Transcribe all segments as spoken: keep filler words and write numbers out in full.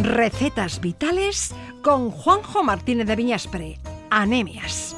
Recetas vitales con Juanjo Martínez de Viñaspre. Anemias.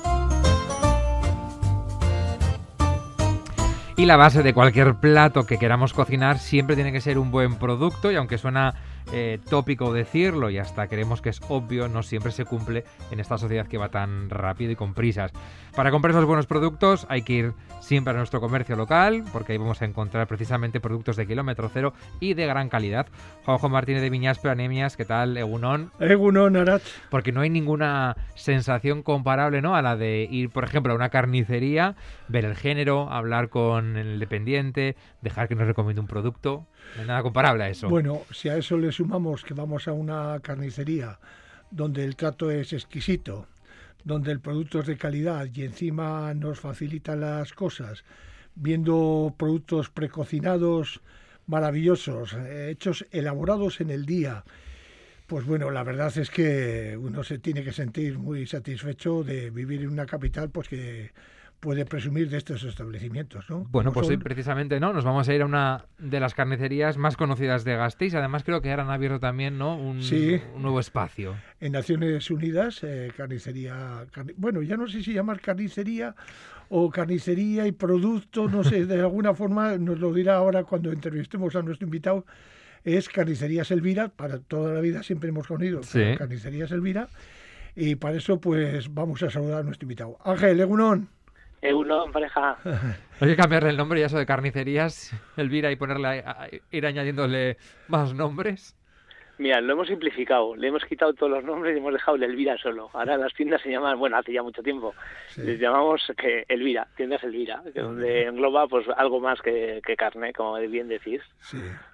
Y la base de cualquier plato que queramos cocinar siempre tiene que ser un buen producto, y aunque suena eh, tópico decirlo y hasta creemos que es obvio, no siempre se cumple en esta sociedad que va tan rápido y con prisas. Para comprar esos buenos productos hay que ir siempre a nuestro comercio local, porque ahí vamos a encontrar precisamente productos de kilómetro cero y de gran calidad. Juanjo Martínez de Viñaspre, Anemias, ¿qué tal? Egunon. Egunon, Arach. Porque no hay ninguna sensación comparable, ¿no?, a la de ir, por ejemplo, a una carnicería, ver el género, hablar con el dependiente, dejar que nos recomiende un producto. No hay nada comparable a eso. Bueno, si a eso le sumamos que vamos a una carnicería donde el trato es exquisito, donde el producto es de calidad y encima nos facilita las cosas, viendo productos precocinados maravillosos, hechos, elaborados en el día, pues bueno, la verdad es que uno se tiene que sentir muy satisfecho de vivir en una capital pues que puede presumir de estos establecimientos, ¿no? Bueno, pues son... hoy precisamente, ¿no?, nos vamos a ir a una de las carnicerías más conocidas de Gasteiz. Además creo que ahora han abierto también, ¿no?, un, sí, un nuevo espacio. En Naciones Unidas, eh, carnicería, carni... bueno, ya no sé si llamar carnicería o carnicería y producto, no sé, de alguna forma nos lo dirá ahora cuando entrevistemos a nuestro invitado. Es Carnicerías Elvira, para toda la vida siempre hemos conocido sí. Carnicerías Elvira, y para eso pues vamos a saludar a nuestro invitado. Ángel, Egunon. Egunon, pareja. Hay que cambiarle el nombre ya eso de Carnicerías Elvira y ponerle, a, a, ir añadiéndole más nombres. Mira, lo hemos simplificado, le hemos quitado todos los nombres y hemos dejado el Elvira solo. Ahora las tiendas se llaman, bueno, hace ya mucho tiempo, sí. les llamamos que Elvira, tiendas Elvira, que donde engloba pues algo más que, que carne, como bien decís. Sí.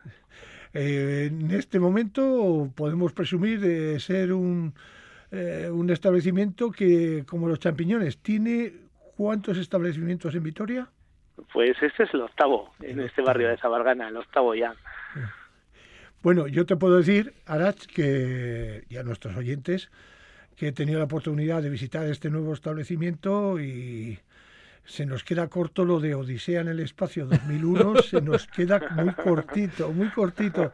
Eh, en este momento podemos presumir de ser un, eh, un establecimiento que, como los champiñones, tiene... ¿Cuántos establecimientos en Vitoria? Pues este es el octavo, en este barrio de Zabargana, el octavo ya. Bueno, yo te puedo decir, Arach, que y a nuestros oyentes, que he tenido la oportunidad de visitar este nuevo establecimiento y se nos queda corto lo de Odisea en el espacio dos mil uno, se nos queda muy cortito, muy cortito,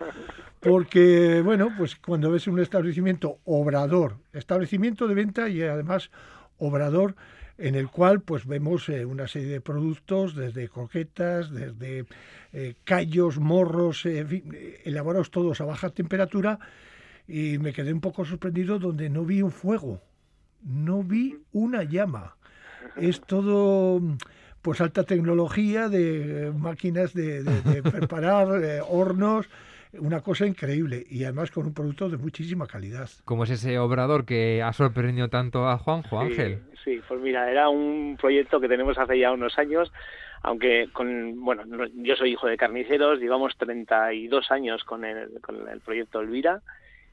porque, bueno, pues cuando ves un establecimiento obrador, establecimiento de venta y además obrador, en el cual pues vemos eh, una serie de productos, desde croquetas, desde eh, callos, morros, eh, elaborados todos a baja temperatura, y me quedé un poco sorprendido donde no vi un fuego, no vi una llama. Es todo pues alta tecnología de eh, máquinas de, de, de preparar, eh, hornos, una cosa increíble, y además con un producto de muchísima calidad. ¿Cómo es ese obrador que ha sorprendido tanto a Juanjo, Ángel? Sí, sí, pues mira, era un proyecto que tenemos hace ya unos años, aunque con, bueno, yo soy hijo de carniceros, llevamos treinta y dos años con el, con el proyecto Elvira,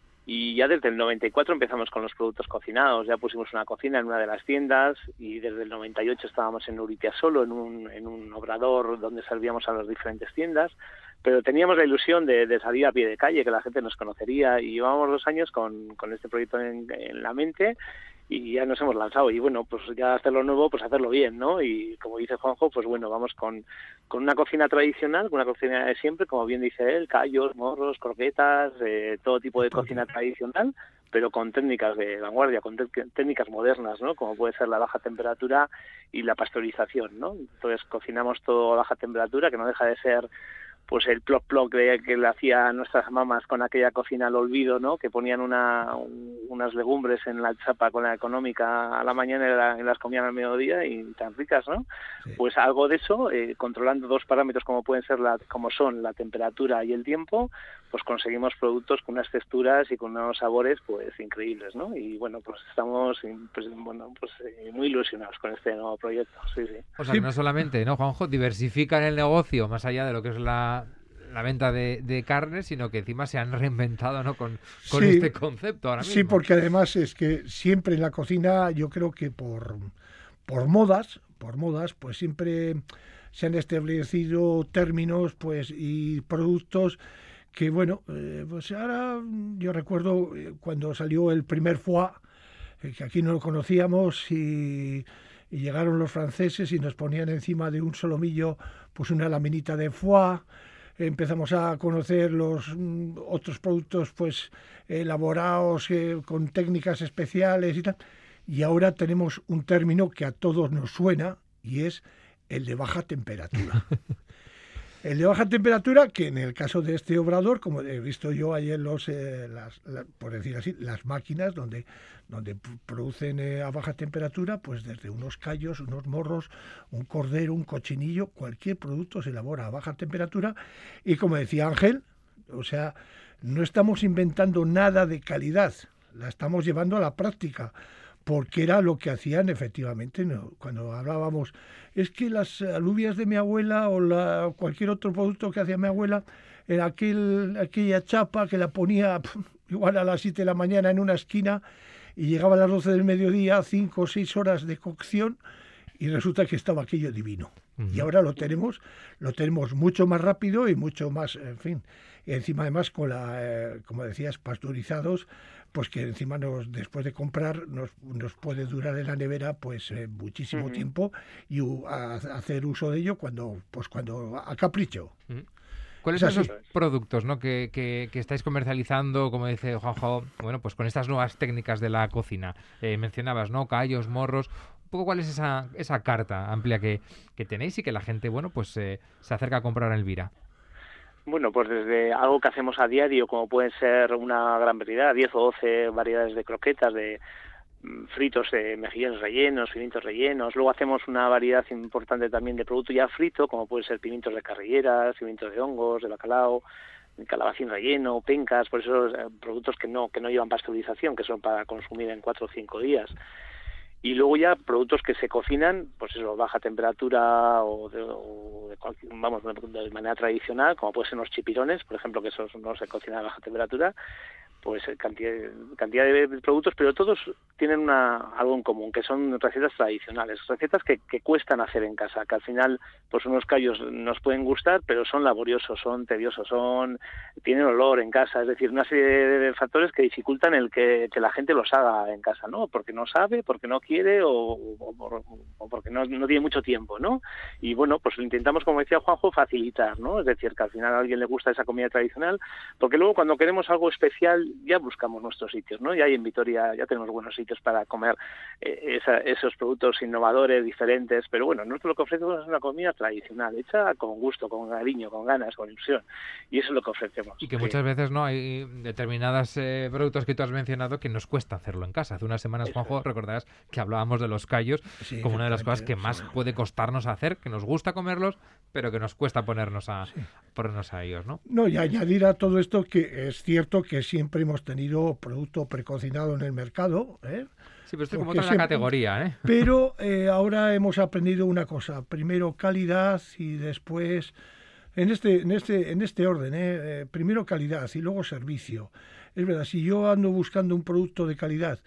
y ya desde el noventa y cuatro empezamos con los productos cocinados. Ya pusimos una cocina en una de las tiendas, y desde el noventa y ocho estábamos en Uritiasolo, en un, en un obrador donde servíamos a las diferentes tiendas, pero teníamos la ilusión de, de salir a pie de calle, que la gente nos conocería, y llevábamos dos años con, con este proyecto en, en la mente, y ya nos hemos lanzado. Y bueno, pues ya hacerlo nuevo, pues hacerlo bien, ¿no? Y como dice Juanjo, pues bueno, vamos con, con una cocina tradicional, con una cocina de siempre, como bien dice él, callos, morros, croquetas, eh, todo tipo de cocina tradicional, pero con técnicas de vanguardia, con técnicas modernas, ¿no? Como puede ser la baja temperatura y la pasteurización, ¿no? Entonces cocinamos todo a baja temperatura, que no deja de ser pues el ploc ploc que, que le hacían nuestras mamás con aquella cocina al olvido, ¿no? Que ponían una, un, unas legumbres en la chapa con la económica a la mañana y, la, y las comían al mediodía, y tan ricas, ¿no? Sí. Pues algo de eso, eh, controlando dos parámetros como pueden ser la, como son la temperatura y el tiempo, pues conseguimos productos con unas texturas y con unos sabores pues increíbles, ¿no? Y bueno, pues estamos pues, bueno, pues eh, muy ilusionados con este nuevo proyecto. Sí, sí. O sea, que no solamente, ¿no, Juanjo? Diversifican el negocio más allá de lo que es la la venta de, de carne, sino que encima se han reinventado, ¿no? con, con sí, este concepto ahora mismo. Sí, porque además es que siempre en la cocina, yo creo que por, por modas, por modas, pues siempre se han establecido términos pues y productos que, bueno, eh, pues ahora yo recuerdo cuando salió el primer foie, eh, que aquí no lo conocíamos, y, y llegaron los franceses y nos ponían encima de un solomillo pues una laminita de foie. empezamos a conocer los mm, otros productos pues elaborados eh, con técnicas especiales y tal, y ahora tenemos un término que a todos nos suena y es el de baja temperatura. El de baja temperatura, que en el caso de este obrador, como he visto yo ayer, los, eh, las, la, por decir así, las máquinas donde, donde producen eh, a baja temperatura, pues desde unos callos, unos morros, un cordero, un cochinillo, cualquier producto se elabora a baja temperatura. Y como decía Ángel, o sea, no estamos inventando nada de calidad, la estamos llevando a la práctica, porque era lo que hacían efectivamente, ¿no? Cuando hablábamos, es que las alubias de mi abuela o la, cualquier otro producto que hacía mi abuela, era aquel, aquella chapa que la ponía pff, igual a las siete de la mañana en una esquina y llegaba a las doce del mediodía, cinco o seis horas de cocción y resulta que estaba aquello divino. Uh-huh. Y ahora lo tenemos, lo tenemos mucho más rápido y mucho más, en fin, y encima además con la, eh, como decías, pasteurizados, pues que encima nos, después de comprar nos, nos puede durar en la nevera pues eh, muchísimo uh-huh. tiempo y uh, a, a hacer uso de ello cuando pues cuando a capricho. Uh-huh. ¿Cuáles son esos productos, ¿no? que, que, que estáis comercializando, como dice Juanjo, bueno, pues con estas nuevas técnicas de la cocina? Eh, mencionabas, ¿no? Callos, morros. Un poco cuál es esa, esa carta amplia que, que tenéis y que la gente, bueno, pues eh, se acerca a comprar en Elvira. Bueno, pues desde algo que hacemos a diario, como pueden ser una gran variedad, diez o doce variedades de croquetas, de fritos de mejillones rellenos, pimientos rellenos. Luego hacemos una variedad importante también de producto ya frito, como pueden ser pimientos de carrilleras, pimientos de hongos, de bacalao, calabacín relleno, pencas, por eso eh, productos que no que no llevan pasteurización, que son para consumir en cuatro o cinco días. Y luego ya productos que se cocinan, pues eso, baja temperatura o de, o de cualquier, vamos, de manera tradicional, como pueden ser los chipirones, por ejemplo, que esos no se cocinan a baja temperatura, pues cantidad, cantidad de productos, pero todos tienen una, algo en común, que son recetas tradicionales, recetas que, que cuestan hacer en casa, que al final pues unos callos nos pueden gustar, pero son laboriosos, son tediosos, son tienen olor en casa, es decir, una serie de factores que dificultan el que, que la gente los haga en casa, ¿no? Porque no sabe, porque no quiere o, o, o, o porque no, no tiene mucho tiempo, ¿no? Y bueno, pues lo intentamos, como decía Juanjo, facilitar, ¿no? Es decir, que al final a alguien le gusta esa comida tradicional, porque luego cuando queremos algo especial ya buscamos nuestros sitios, ¿no? Y ahí en Vitoria ya tenemos buenos sitios para comer eh, esa, esos productos innovadores, diferentes, pero bueno, nosotros lo que ofrecemos es una comida tradicional, hecha con gusto, con cariño, con ganas, con ilusión, y eso es lo que ofrecemos. Y que muchas veces no hay determinados eh, productos que tú has mencionado que nos cuesta hacerlo en casa. Hace unas semanas, eso, Juanjo, recordarás que hablábamos de los callos, sí, como una de las cosas que más sí. puede costarnos hacer, que nos gusta comerlos, pero que nos cuesta ponernos a, sí. ponernos a ellos, ¿no? No, y añadir a todo esto que es cierto que siempre hemos tenido producto precocinado en el mercado, ¿eh? Sí, pero esto es como otra siempre, categoría, ¿eh? Pero eh, ahora hemos aprendido una cosa: primero calidad y después en este en este en este orden, ¿eh? Eh, primero calidad y luego servicio. Es verdad, si yo ando buscando un producto de calidad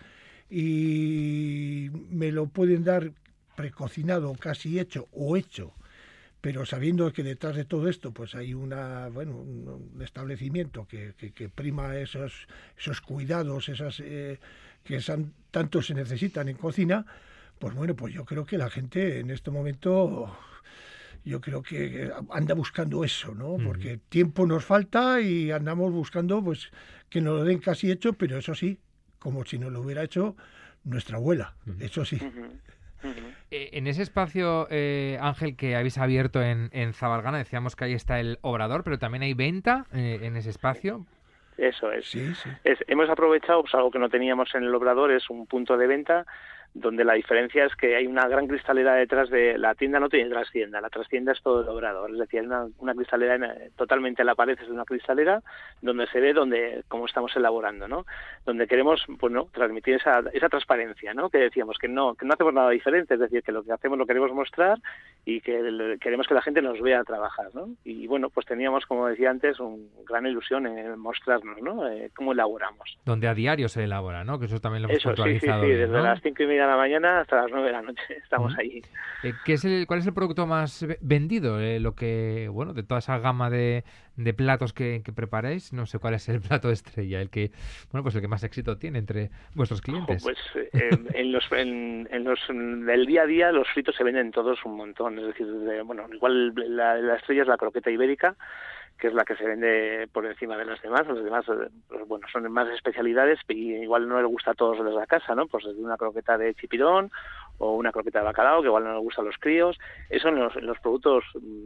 y me lo pueden dar precocinado, casi hecho o hecho, pero sabiendo que detrás de todo esto pues hay una bueno un establecimiento que, que, que prima esos esos cuidados, esas eh, que san, tanto se necesitan en cocina, pues bueno, pues yo creo que la gente en este momento yo creo que anda buscando eso, ¿no? Porque uh-huh. tiempo nos falta y andamos buscando pues que nos lo den casi hecho, pero eso sí, como si nos lo hubiera hecho nuestra abuela, uh-huh. eso sí. Uh-huh. Uh-huh. Eh, en ese espacio, eh, Ángel, que habéis abierto en, en Zabalgana, decíamos que ahí está el obrador, pero también hay venta eh, en ese espacio. Eso es. Sí, sí. es. Hemos aprovechado pues, algo que no teníamos en el obrador, es un punto de venta donde la diferencia es que hay una gran cristalera detrás de la tienda, no tiene trastienda, la trastienda es todo el obrador, es decir, hay una, una cristalera en, totalmente en la pared, es una cristalera donde se ve donde cómo estamos elaborando, ¿no? Donde queremos, pues no, transmitir esa, esa transparencia, ¿no? Que decíamos que no, que no hacemos nada diferente, es decir, que lo que hacemos lo queremos mostrar y que le, queremos que la gente nos vea trabajar, ¿no? Y bueno, pues teníamos, como decía antes, una gran ilusión en mostrarnos, ¿no? Eh, cómo elaboramos. Donde a diario se elabora, ¿no? Que eso también lo hemos eso, puntualizado. Sí, sí, sí, bien, desde ¿no? las cinco y media de la mañana hasta las nueve de la noche estamos uh-huh. ahí. Eh, ¿qué es el, ¿Cuál es el producto más vendido? Eh, lo que, bueno, de toda esa gama de, de platos que, que preparáis, no sé cuál es el plato estrella, el que, bueno, pues el que más éxito tiene entre vuestros clientes. Oh, pues eh, en los, en, en los, del día a día los fritos se venden todos un montón, es decir, de, bueno, igual la, la estrella es la croqueta ibérica, que es la que se vende por encima de las demás. Los demás, pues, bueno, son más especialidades y igual no les gusta a todos los de la casa, ¿no? Pues desde una croqueta de chipirón o una croqueta de bacalao, que igual no les gusta a los críos. Eso en los, en los productos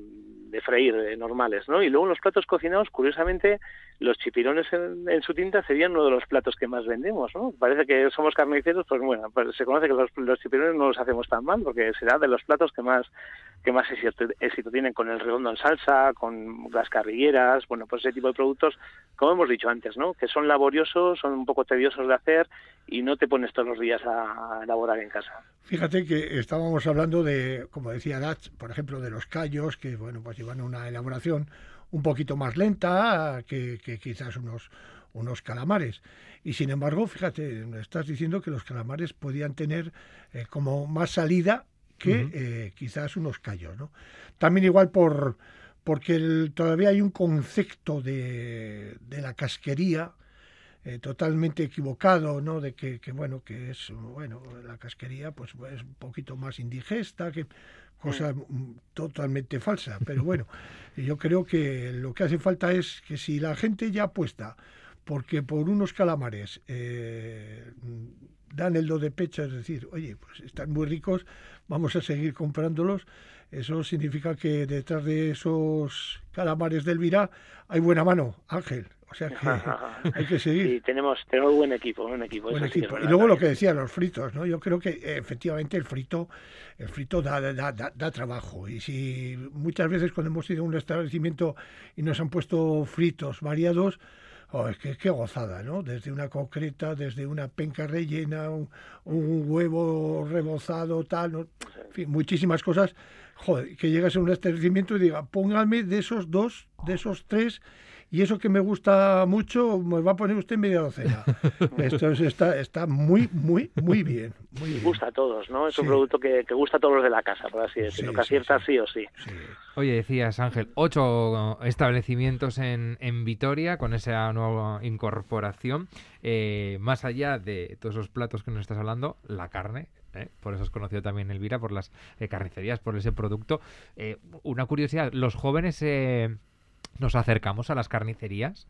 de freír eh, normales, ¿no? Y luego en los platos cocinados, curiosamente, los chipirones en, en su tinta serían uno de los platos que más vendemos, ¿no? Parece que somos carniceros, pues bueno, pues se conoce que los, los chipirones no los hacemos tan mal, porque será de los platos que más que más éxito, éxito tienen, con el redondo en salsa, con las carrilleras, bueno, pues ese tipo de productos, como hemos dicho antes, ¿no? Que son laboriosos, son un poco tediosos de hacer y no te pones todos los días a, a elaborar en casa. Fíjate que estábamos hablando de, como decía Dach, por ejemplo, de los callos, que bueno, pues llevan una elaboración un poquito más lenta que, que quizás unos, unos calamares. Y sin embargo, fíjate, me estás diciendo que los calamares podían tener eh, como más salida que uh-huh. eh, quizás unos callos, ¿no? También igual por porque el, todavía hay un concepto de, de la casquería eh, totalmente equivocado, ¿no? De que, que bueno, que es, bueno, la casquería pues es un poquito más indigesta, que cosa mm. totalmente falsa, pero bueno, yo creo que lo que hace falta es que si la gente ya apuesta porque por unos calamares eh, dan el do de pecho, es decir, oye, pues están muy ricos, vamos a seguir comprándolos. Eso significa que detrás de esos calamares del Elvira hay buena mano, Ángel. O sea que hay que seguir. Sí, tenemos, tenemos buen equipo, buen equipo. Buen eso equipo. Sí, y luego también lo que decía, los fritos, ¿no? Yo creo que eh, efectivamente el frito, el frito da, da, da, da trabajo. Y si muchas veces cuando hemos ido a un establecimiento y nos han puesto fritos variados, oh, es que qué gozada, ¿no? Desde una concreta, desde una penca rellena, un, un huevo rebozado, tal, ¿no? En fin, muchísimas cosas. Joder, que llegas a un establecimiento y diga, póngame de esos dos, de esos tres, y eso que me gusta mucho, me va a poner usted media docena. Esto es, está, está muy, muy, muy bien. Muy bien. Gusta a todos, ¿no? Es sí. un producto que, que gusta a todos los de la casa, por así decirlo, sí, que acierta sí, sí. sí o sí. sí. Oye, decías, Ángel, ocho establecimientos en, en Vitoria con esa nueva incorporación. Eh, más allá de todos esos platos que nos estás hablando, la carne. ¿Eh? Por eso es conocido también Elvira, por las eh, carnicerías, por ese producto. Eh, una curiosidad, ¿los jóvenes eh, nos acercamos a las carnicerías?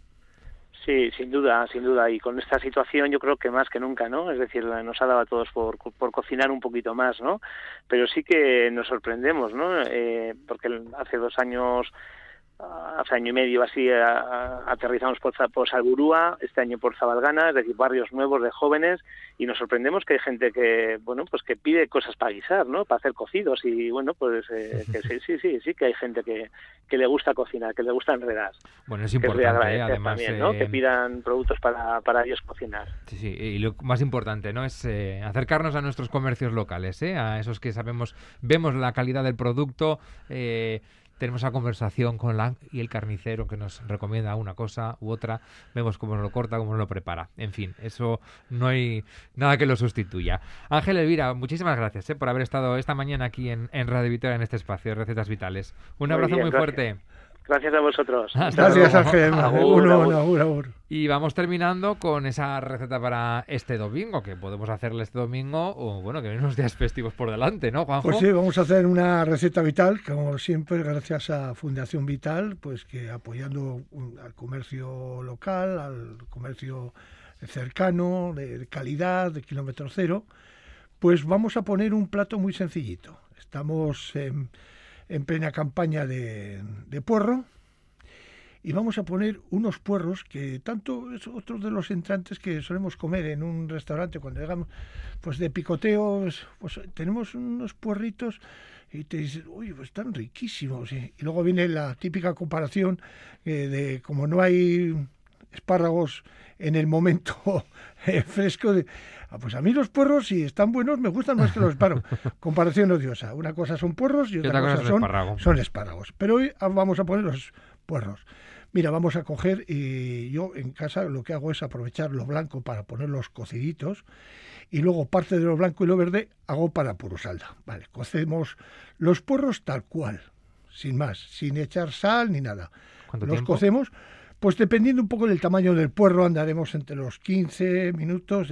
Sí, sin duda, sin duda. Y con esta situación yo creo que más que nunca, ¿no? Es decir, nos ha dado a todos por, por cocinar un poquito más, ¿no? Pero sí que nos sorprendemos, ¿no? Eh, porque hace dos años... hace año y medio así a, a, aterrizamos por, por Salburúa, este año por Zabalgana, es decir, barrios nuevos de jóvenes, y nos sorprendemos que hay gente que, bueno, pues que pide cosas para guisar, ¿no? Para hacer cocidos, y bueno, pues eh, que sí, sí, sí, sí que hay gente que, que le gusta cocinar, que le gusta enredar. Bueno, es importante, ¿eh? Además, también, ¿no? Eh... que pidan productos para, para ellos cocinar. Sí, sí, y lo más importante, ¿no? Es eh, acercarnos a nuestros comercios locales, ¿eh? A esos que sabemos, vemos la calidad del producto, eh, tenemos la conversación con la y el carnicero que nos recomienda una cosa u otra, vemos cómo nos lo corta, cómo nos lo prepara. En fin, eso no hay nada que lo sustituya. Ángel, Elvira, muchísimas gracias ¿eh? por haber estado esta mañana aquí en, en Radio Vitoria en este espacio de Recetas Vitales. Un muy abrazo bien, muy gracias. fuerte. Gracias a vosotros. Hasta Gracias, luego. Ángel. Agur, uno, agur. Agur, agur. Y vamos terminando con esa receta para este domingo, que podemos hacerle este domingo, o bueno, que hay unos días festivos por delante, ¿no, Juanjo? Pues sí, vamos a hacer una receta vital, como siempre, gracias a Fundación Vital, pues que apoyando al comercio local, al comercio cercano, de calidad, de kilómetro cero, pues vamos a poner un plato muy sencillito. Estamos en... en plena campaña de, de puerro, y vamos a poner unos puerros que tanto es otro de los entrantes que solemos comer en un restaurante cuando llegamos, pues de picoteos, pues tenemos unos puerritos y te dices, uy, pues están riquísimos, y, y luego viene la típica comparación eh, de como no hay espárragos en el momento eh, fresco de, ah, pues a mí los puerros, si están buenos, me gustan más que los espárragos. Comparación odiosa. Una cosa son puerros y otra, otra cosa, cosa son, espárrago. son espárragos. Pero hoy vamos a poner los puerros. Mira, vamos a coger, y yo en casa lo que hago es aprovechar lo blanco para poner los cociditos, y luego parte de lo blanco y lo verde hago para puro salda. Vale, cocemos los puerros tal cual, sin más, sin echar sal ni nada. ¿Cuánto los tiempo? Cocemos, pues dependiendo un poco del tamaño del puerro, andaremos entre los quince minutos.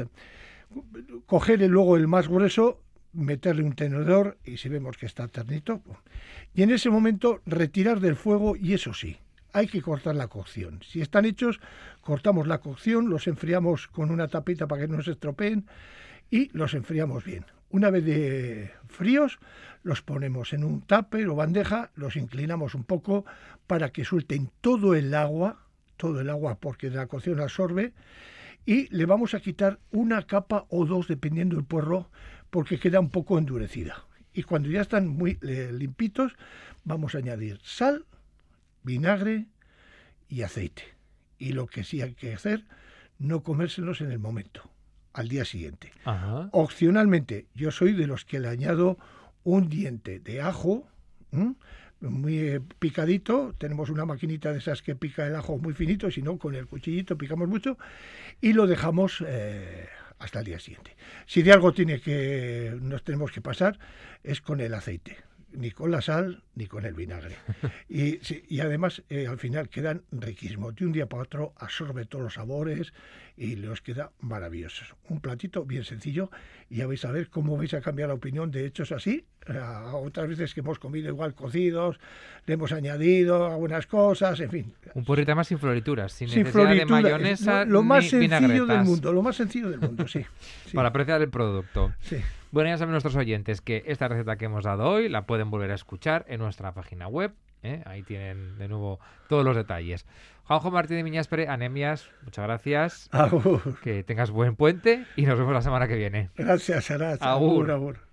Coger el, luego el más grueso, meterle un tenedor, y si vemos que está ternito, y en ese momento retirar del fuego, y eso sí, hay que cortar la cocción. Si están hechos, cortamos la cocción, los enfriamos con una tapita para que no se estropeen y los enfriamos bien. Una vez de fríos, los ponemos en un tupper o bandeja, los inclinamos un poco para que suelten todo el agua, todo el agua porque la cocción absorbe, y le vamos a quitar una capa o dos dependiendo del puerro porque queda un poco endurecida. Y cuando ya están muy eh, limpitos, vamos a añadir sal, vinagre y aceite. Y lo que sí hay que hacer, no comérselos en el momento, al día siguiente. Ajá. Opcionalmente, yo soy de los que le añado un diente de ajo, ¿m? muy eh, picadito. Tenemos una maquinita de esas que pica el ajo muy finito, si no, con el cuchillito picamos mucho, y lo dejamos eh, hasta el día siguiente. Si de algo tiene que nos tenemos que pasar, es con el aceite. Ni con la sal, ni con el vinagre. Y, sí, y además, eh, al final quedan riquísimos. De un día para otro absorbe todos los sabores y les queda maravillosos. Un platito bien sencillo y ya vais a ver cómo vais a cambiar la opinión de hechos así. A otras veces que hemos comido igual cocidos, le hemos añadido algunas cosas, en fin. Un porrito más sin florituras, sin, Sin necesidad floritura, de mayonesa, lo más ni sencillo vinagretas. del mundo, lo más sencillo del mundo, sí. sí. Para apreciar el producto. Sí. Bueno, ya saben nuestros oyentes que esta receta que hemos dado hoy la pueden volver a escuchar en nuestra página web. ¿eh? Ahí tienen de nuevo todos los detalles. Juanjo Martín de Viñaspre, Anemias, muchas gracias. Agur. Que tengas buen puente y nos vemos la semana que viene. Gracias, Arat. Agur. Agur, agur.